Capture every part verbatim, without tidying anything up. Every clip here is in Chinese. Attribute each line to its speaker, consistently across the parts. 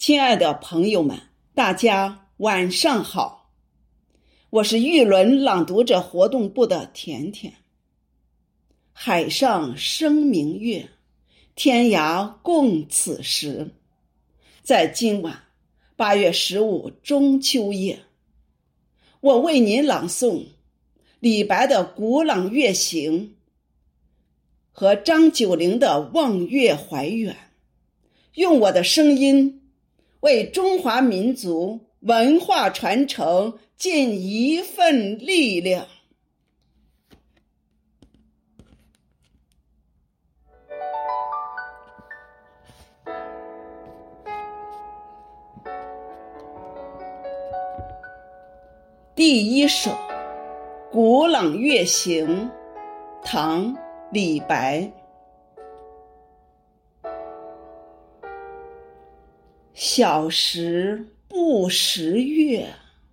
Speaker 1: 亲爱的朋友们，大家晚上好，我是玉伦朗读者活动部的甜甜。海上生明月，天涯共此时。在今晚八月十五中秋夜，我为您朗诵李白的《古朗月行》和张九龄的《望月怀远》，用我的声音为中华民族文化传承尽一份力量。第一首《古朗月行》，唐·李白。小时不识月，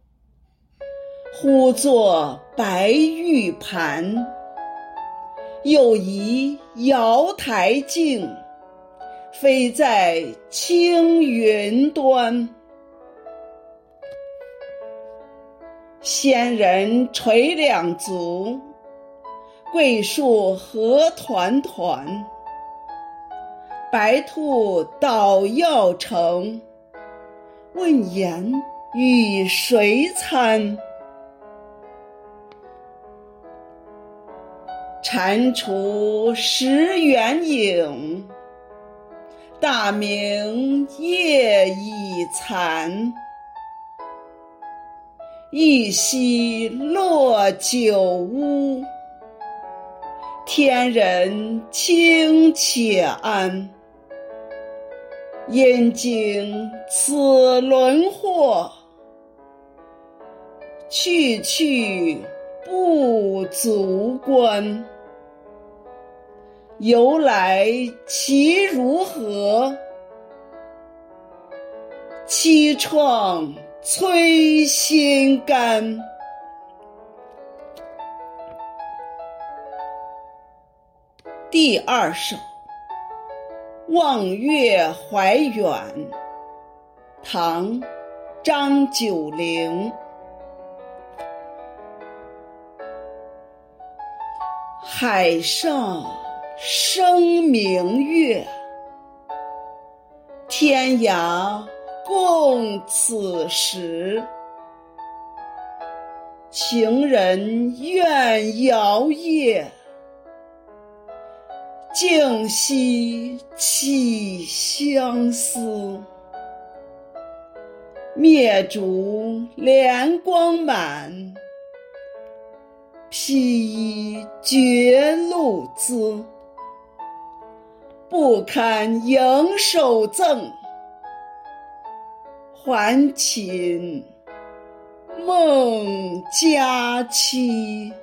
Speaker 1: 呼作白玉盘。又疑瑶台镜，飞在青云端。仙人垂两足，桂树何团团。白兔捣药成，问言与谁餐？蟾蜍蚀圆影，大明夜已残。一夕落九乌，天人清且安。因经此轮祸，去去不足观。由来其如何？凄怆摧心肝。第二首《望月怀远》，唐·张九龄。海上生明月，天涯共此时。情人怨遥夜，竟夕起相思。灭烛怜光满，披衣觉露滋。不堪盈手赠，还寝梦佳期。